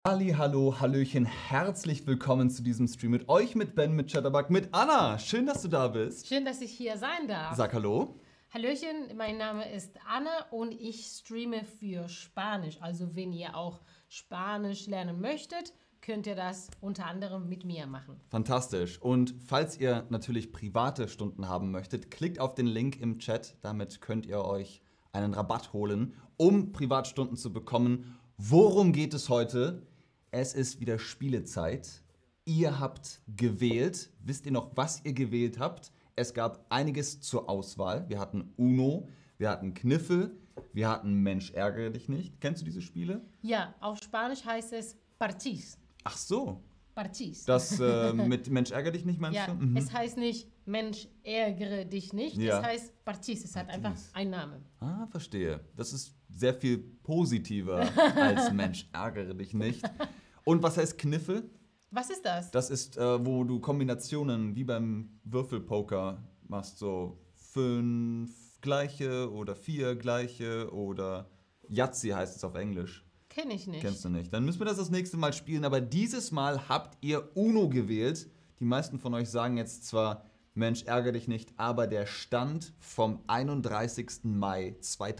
Hallo, Hallöchen, herzlich willkommen zu diesem Stream mit euch, mit Ben, mit Chatterbug, mit Anna. Schön, dass du da bist. Schön, dass ich hier sein darf. Sag Hallo. Hallöchen, mein Name ist Anna und ich streame für Spanisch. Also wenn ihr auch Spanisch lernen möchtet, könnt ihr das unter anderem mit mir machen. Fantastisch. Und falls ihr natürlich private Stunden haben möchtet, klickt auf den Link im Chat. Damit könnt ihr euch einen Rabatt holen, um Privatstunden zu bekommen. Worum geht es heute? Es ist wieder Spielezeit. Ihr habt gewählt. Wisst ihr noch, was ihr gewählt habt? Es gab einiges zur Auswahl. Wir hatten Uno, wir hatten Kniffel, wir hatten Mensch, ärgere dich nicht. Kennst du diese Spiele? Ja, auf Spanisch heißt es Parchís. Ach so. Parchís. Das mit Mensch, ärgere dich nicht, meinst Ja, du? Mhm. es heißt nicht Mensch, ärgere dich nicht. Ja. Es heißt Parchís. Es hat einfach einen Namen. Ah, verstehe. Das ist sehr viel positiver als Mensch, ärgere dich nicht. Und was heißt Kniffel? Was ist das? Das ist, wo du Kombinationen wie beim Würfelpoker machst, so 5 gleiche oder 4 gleiche oder Yahtzee heißt es auf Englisch. Kenne ich nicht. Kennst du nicht. Dann müssen wir das nächste Mal spielen, aber dieses Mal habt ihr Uno gewählt. Die meisten von euch sagen jetzt zwar, Mensch, ärgere dich nicht, aber der Stand vom 31. Mai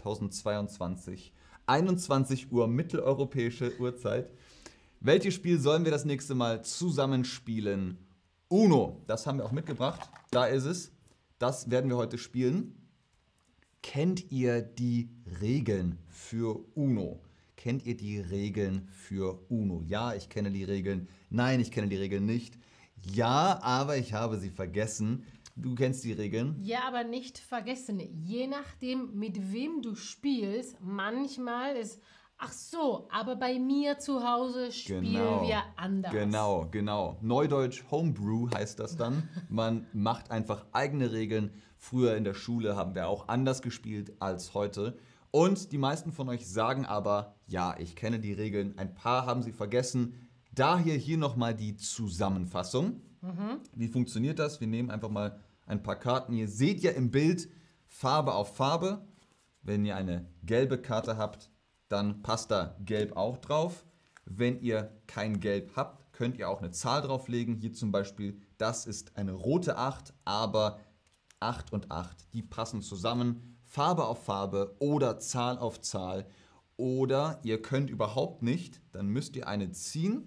2022, 21 Uhr mitteleuropäische Uhrzeit. Welches Spiel sollen wir das nächste Mal zusammenspielen? Uno, das haben wir auch mitgebracht. Da ist es. Das werden wir heute spielen. Kennt ihr die Regeln für Uno? Kennt ihr die Regeln für Uno? Ja, ich kenne die Regeln. Nein, ich kenne die Regeln nicht. Ja, aber ich habe sie vergessen. Du kennst die Regeln? Ja, aber nicht vergessen, je nachdem, mit wem du spielst, manchmal ist, ach so, aber bei mir zu Hause spielen wir anders. Genau. Neudeutsch Homebrew heißt das dann. Man macht einfach eigene Regeln. Früher in der Schule haben wir auch anders gespielt als heute. Und die meisten von euch sagen aber, ja, ich kenne die Regeln. Ein paar haben sie vergessen. Daher hier nochmal die Zusammenfassung. Wie funktioniert das? Wir nehmen einfach mal ein paar Karten. Ihr seht ja im Bild Farbe auf Farbe. Wenn ihr eine gelbe Karte habt, dann passt da Gelb auch drauf. Wenn ihr kein Gelb habt, könnt ihr auch eine Zahl drauflegen. Hier zum Beispiel, das ist eine rote 8, aber 8 und 8, die passen zusammen. Farbe auf Farbe oder Zahl auf Zahl. Oder ihr könnt überhaupt nicht, dann müsst ihr eine ziehen.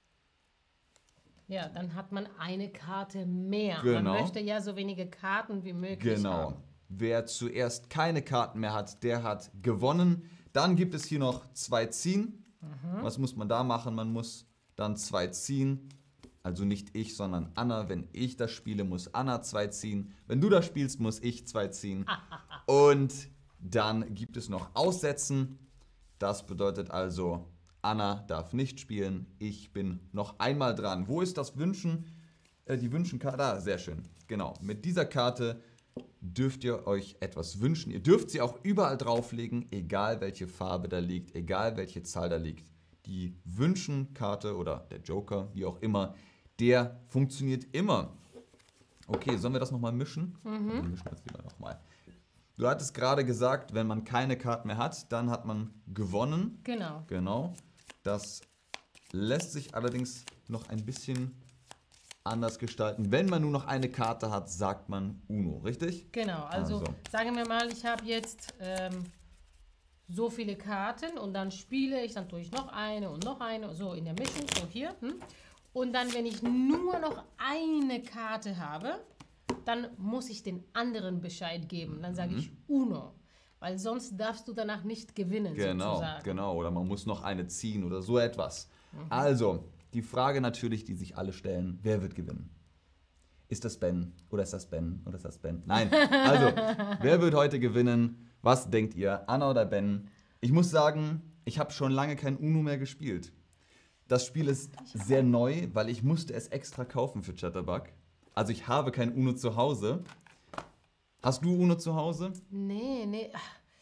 Ja, dann hat man eine Karte mehr. Genau. Man möchte ja so wenige Karten wie möglich haben. Wer zuerst keine Karten mehr hat, der hat gewonnen. Dann gibt es hier noch 2 ziehen. Was muss man da machen? Man muss dann 2 ziehen. Also nicht ich, sondern Anna. Wenn ich das spiele, muss Anna 2 ziehen. Wenn du das spielst, muss ich 2 ziehen. Und dann gibt es noch Aussetzen. Das bedeutet also, Anna darf nicht spielen. Ich bin noch einmal dran. Wo ist das Wünschen? Die Wünschenkarte. Ah, sehr schön. Genau. Mit dieser Karte dürft ihr euch etwas wünschen. Ihr dürft sie auch überall drauflegen, egal welche Farbe da liegt, egal welche Zahl da liegt. Die Wünschenkarte oder der Joker, wie auch immer, der funktioniert immer. Okay, sollen wir das nochmal mischen? Wir mischen das lieber nochmal. Du hattest gerade gesagt, wenn man keine Karten mehr hat, dann hat man gewonnen. Genau. Das lässt sich allerdings noch ein bisschen anders gestalten. Wenn man nur noch eine Karte hat, sagt man Uno, richtig? Genau, also sagen wir mal, ich habe jetzt so viele Karten und dann spiele ich, dann tue ich noch eine und noch eine, so in der Mischung, so hier. Und dann, wenn ich nur noch eine Karte habe, dann muss ich den anderen Bescheid geben. Dann sage ich Uno, weil sonst darfst du danach nicht gewinnen, sozusagen. Genau, oder man muss noch eine ziehen oder so etwas. Also, die Frage natürlich, die sich alle stellen, wer wird gewinnen? Ist das Ben oder ist das Ben oder ist das Ben? Nein, also, wer wird heute gewinnen? Was denkt ihr, Anna oder Ben? Ich muss sagen, ich habe schon lange kein Uno mehr gespielt. Das Spiel ist sehr neu, weil ich musste es extra kaufen für Chatterbug. Also ich habe kein Uno zu Hause. Hast du Uno zu Hause? Nee.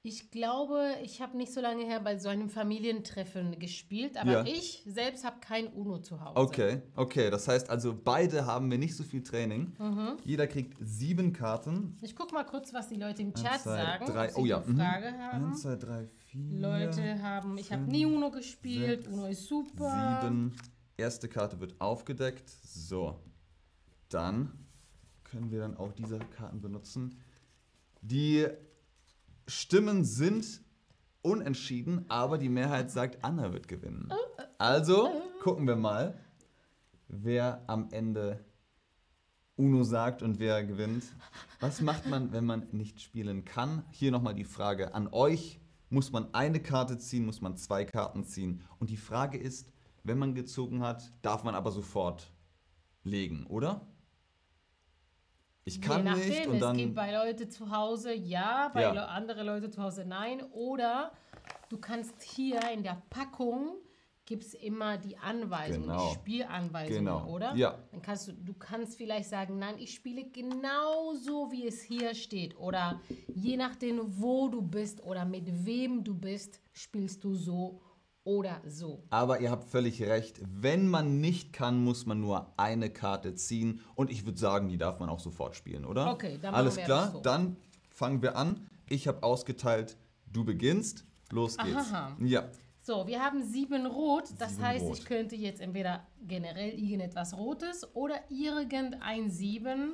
Ich glaube, ich habe nicht so lange her bei so einem Familientreffen gespielt, aber Ja. ich selbst habe kein Uno zu Hause. Okay. Das heißt also, beide haben wir nicht so viel Training. Jeder kriegt 7 Karten. Ich gucke mal kurz, was die Leute im Chat 1, 2, sagen, 3. ob sie Oh ja. eine Frage haben. 1, 2, 3, 4. Leute haben, ich habe nie Uno gespielt, 6, Uno ist super. 7. Erste Karte wird aufgedeckt. So. Dann können wir dann auch diese Karten benutzen. Die Stimmen sind unentschieden, aber die Mehrheit sagt, Anna wird gewinnen. Also gucken wir mal, wer am Ende Uno sagt und wer gewinnt. Was macht man, wenn man nicht spielen kann? Hier nochmal die Frage an euch. Muss man eine Karte ziehen, muss man 2 Karten ziehen? Und die Frage ist, wenn man gezogen hat, darf man aber sofort legen, oder? Ich kann Je nachdem, nicht und es dann... gibt bei Leuten zu Hause ja, bei Ja. andere Leute zu Hause nein. Oder du kannst hier in der Packung, gibt es immer die Anweisungen, Genau. die Spielanweisungen, Genau. oder? Ja. Dann du kannst vielleicht sagen, nein, ich spiele genauso, wie es hier steht. Oder je nachdem, wo du bist oder mit wem du bist, spielst du so oder so. Aber ihr habt völlig recht, wenn man nicht kann, muss man nur eine Karte ziehen. Und ich würde sagen, die darf man auch sofort spielen, oder? Okay, dann Alles machen wir klar, das so. dann fangen wir an. Ich habe ausgeteilt, du beginnst. Los geht's. Aha. Ja, So, wir haben 7 Rot. Das 7 heißt, Rot. ich könnte jetzt entweder generell irgendetwas Rotes oder irgendein 7.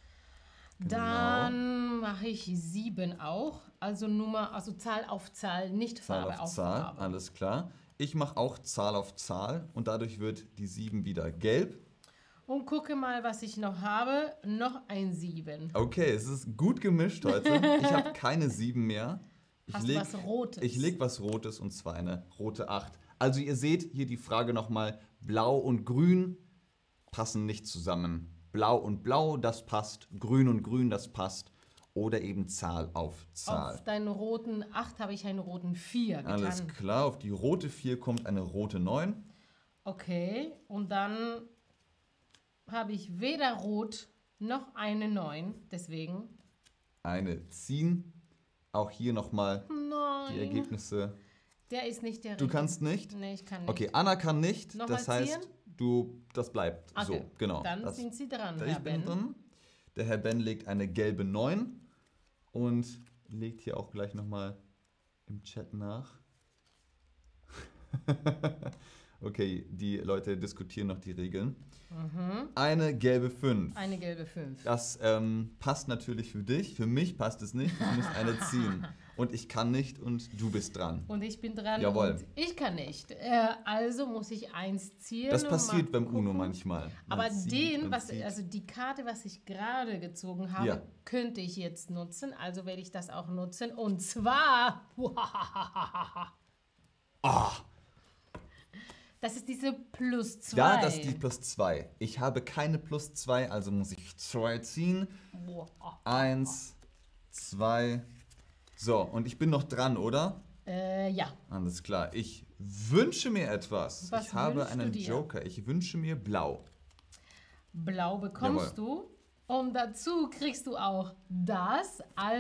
Dann mache ich 7 auch. Also Zahl auf Zahl, nicht Zahl Farbe auf Zahl, Farbe. alles klar. Ich mache auch Zahl auf Zahl und dadurch wird die 7 wieder gelb. Und gucke mal, was ich noch habe. Noch ein 7. Okay, es ist gut gemischt heute. Ich habe keine 7 mehr. Hast du was Rotes? Ich leg was Rotes und zwar eine rote 8. Also ihr seht hier die Frage nochmal, Blau und Grün passen nicht zusammen. Blau und Blau, das passt. Grün und Grün, das passt. Oder eben Zahl auf Zahl. Auf deinen roten 8 habe ich einen roten 4 getan. Alles klar, auf die rote 4 kommt eine rote 9. Okay, und dann habe ich weder Rot noch eine 9. Deswegen. Eine ziehen. Auch hier nochmal die Nein. Ergebnisse. Der ist nicht der Du richtige. kannst nicht? Nee, ich kann nicht. Okay, Anna kann nicht. Nochmal Das heißt, ziehen? das bleibt Okay, so. Genau. Dann das, sind Sie dran, Ich Herr bin Ben. drin. Der Herr Ben legt eine gelbe 9 und legt hier auch gleich nochmal im Chat nach. Okay, die Leute diskutieren noch die Regeln. Eine gelbe 5. Eine gelbe 5. Das passt natürlich für dich. Für mich passt es nicht. Ich muss eine ziehen. Und ich kann nicht und du bist dran. Und ich bin dran Jawohl. und ich kann nicht. Also muss ich 1 ziehen. Das und passiert mal beim gucken. Uno manchmal. Man Aber zieht, man zieht. also die Karte, was ich gerade gezogen habe, Ja. könnte ich jetzt nutzen. Also werde ich das auch nutzen. Und zwar... Das ist diese plus 2. Ja, das ist die plus 2. Ich habe keine plus 2, also muss ich 2 ziehen. 1, 2. So, und ich bin noch dran, oder? Ja. Alles klar. Ich wünsche mir etwas. Was Ich habe wünschst du einen dir? Joker. Ich wünsche mir blau. Blau bekommst du. Und dazu kriegst du auch das.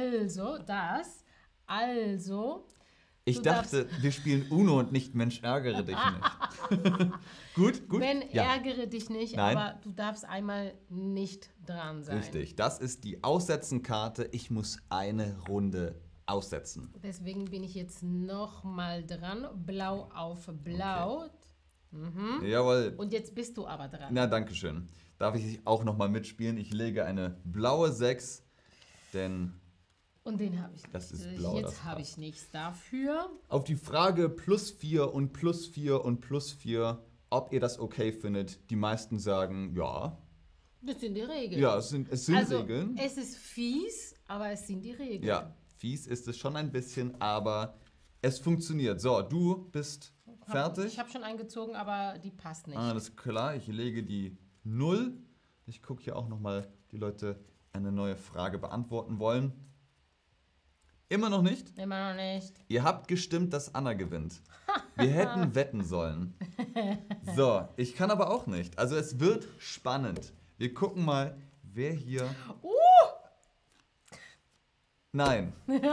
Ich Du dachte, wir spielen Uno und nicht Mensch, ärgere dich nicht. Gut. Ben, Ja, ärgere dich nicht, Nein. aber du darfst einmal nicht dran sein. richtig. Das ist die Aussetzenkarte. Ich muss eine Runde aussetzen. Deswegen bin ich jetzt nochmal dran. Blau auf Blau. Jawohl. Und jetzt bist du aber dran. Na, danke schön. Darf ich auch nochmal mitspielen? Ich lege eine blaue 6, denn Und den habe ich nicht. Das ist blau, das Jetzt habe passt. ich nichts dafür. auf die Frage plus 4 und plus 4 und plus 4, ob ihr das okay findet, die meisten sagen, ja. Das sind die Regeln. Ja, es sind also, Regeln. es ist fies, aber es sind die Regeln. Ja, fies ist es schon ein bisschen, aber es funktioniert. So, du bist fertig. Ich habe schon eingezogen, aber die passt nicht. Alles klar, ich lege die 0. Ich gucke hier auch nochmal, die Leute eine neue Frage beantworten wollen. Immer noch nicht? Immer noch nicht. Ihr habt gestimmt, dass Anna gewinnt. Wir hätten wetten sollen. So, ich kann aber auch nicht. Also es wird spannend. Wir gucken mal, wer hier... Nein.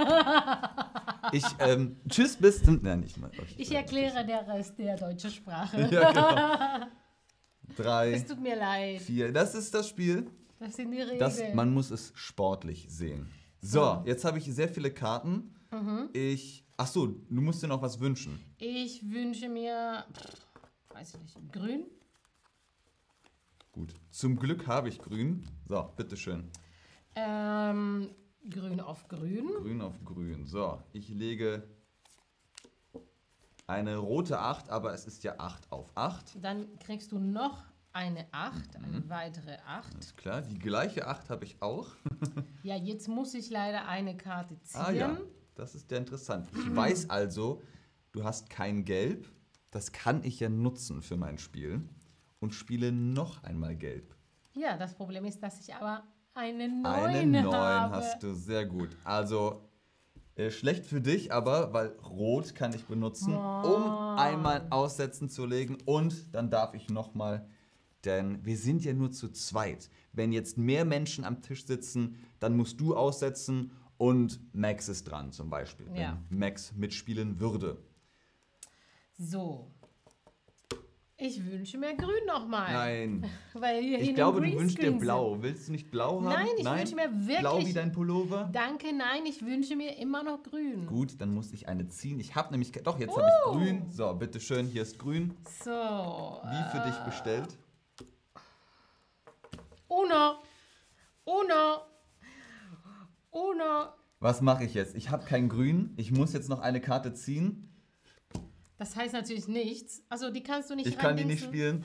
Tschüss, bis zum... Nein, nicht mal. Ich erkläre der Rest der deutschen Sprache. Ja, genau. 3, Es tut mir leid. 4. Das ist das Spiel. Das sind die Regeln. Man muss es sportlich sehen. So, jetzt habe ich sehr viele Karten. Achso, du musst dir noch was wünschen. Ich wünsche mir, weiß ich nicht, grün. Gut. Zum Glück habe ich grün. So, bitteschön. Grün auf grün. Grün auf grün. So, ich lege eine rote 8, aber es ist ja 8 auf 8. Dann kriegst du noch eine 8, eine weitere 8. Ist klar, die gleiche 8 habe ich auch. Ja, jetzt muss ich leider eine Karte ziehen. Ah ja, das ist ja interessant. Ich weiß also, du hast kein Gelb. Das kann ich ja nutzen für mein Spiel. Und spiele noch einmal Gelb. Ja, das Problem ist, dass ich aber eine 9 Eine 9 habe. hast du, sehr gut. Also, schlecht für dich, aber, weil Rot kann ich benutzen, um einmal Aussetzen zu legen. Und dann darf ich nochmal, denn wir sind ja nur zu zweit. Wenn jetzt mehr Menschen am Tisch sitzen, dann musst du aussetzen und Max ist dran zum Beispiel, Ja. wenn Max mitspielen würde. So. Ich wünsche mir grün nochmal. Nein. Weil hier Ich hin glaube, im du wünschst dir Greenscreen blau. Willst du nicht blau haben? Nein, ich wünsche mir wirklich... Blau wie dein Pullover? Danke, nein, ich wünsche mir immer noch grün. Gut, dann muss ich eine ziehen. Ich habe nämlich... Doch, jetzt habe ich grün. So, bitteschön, hier ist grün. So. Wie für dich bestellt. Uno. Uno. Uno. Was mache ich jetzt? Ich habe kein Grün. Ich muss jetzt noch eine Karte ziehen. Das heißt natürlich nichts. Also die kannst du nicht Ich kann die nicht reindingsen. spielen.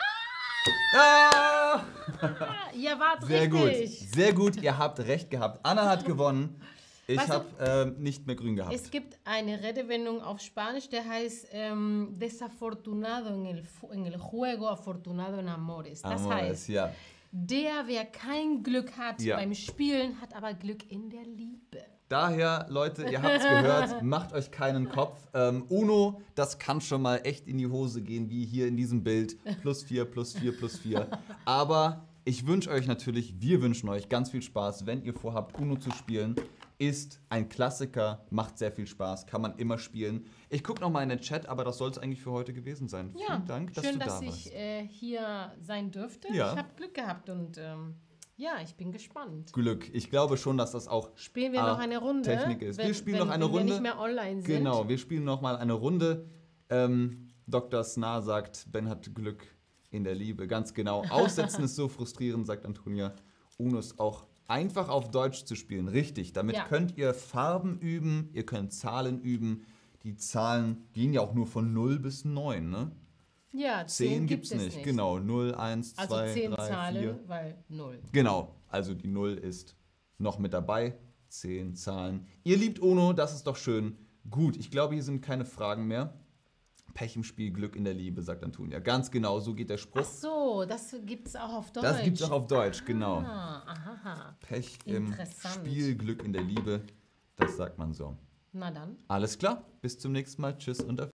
Ah! Ihr wart Sehr richtig. gut. Sehr gut, ihr habt recht gehabt. Anna hat gewonnen. Ich Weißt du, habe nicht mehr grün gehabt. Es gibt eine Redewendung auf Spanisch, der heißt desafortunado en el juego, afortunado en amores. Das Amores, heißt, ja. der, wer kein Glück hat Ja. beim Spielen, hat aber Glück in der Liebe. Daher, Leute, ihr habt es gehört, macht euch keinen Kopf. Uno, das kann schon mal echt in die Hose gehen, wie hier in diesem Bild. +4, +4, +4. Aber ich wünsche euch natürlich, wir wünschen euch ganz viel Spaß, wenn ihr vorhabt, Uno zu spielen. Ist ein Klassiker, macht sehr viel Spaß, kann man immer spielen. Ich gucke nochmal in den Chat, aber das soll es eigentlich für heute gewesen sein. Ja, Vielen Dank, dass schön, du dass da ich warst. hier sein dürfte. Ja. Ich habe Glück gehabt und ja, ich bin gespannt. Glück. Ich glaube schon, dass das auch Spielen wir noch eine Runde? Technik ist. Wir spielen noch eine wenn wir Runde. nicht mehr online sind. Genau, wir spielen nochmal eine Runde. Dr. Snar sagt, Ben hat Glück in der Liebe. Ganz genau. Aussetzen ist so frustrierend, sagt Antonia. Uno ist auch einfach auf Deutsch zu spielen. Richtig. Damit Ja. könnt ihr Farben üben, ihr könnt Zahlen üben. Die Zahlen gehen ja auch nur von 0 bis 9, ne? Ja, 10 gibt's nicht. Genau, 0, 1, 2, Also 10 3, Zahlen, 4. weil 0. Genau, also die 0 ist noch mit dabei. 10 Zahlen. Ihr liebt Uno, das ist doch schön. Gut, ich glaube, hier sind keine Fragen mehr. Pech im Spiel, Glück in der Liebe, sagt Antonia. Ganz genau, so geht der Spruch. Ach so, das gibt's auch auf Deutsch. Das gibt's auch auf Deutsch, genau. Aha. Pech im Interessant. Spiel, Glück in der Liebe, das sagt man so. Na dann. Alles klar, bis zum nächsten Mal. Tschüss und auf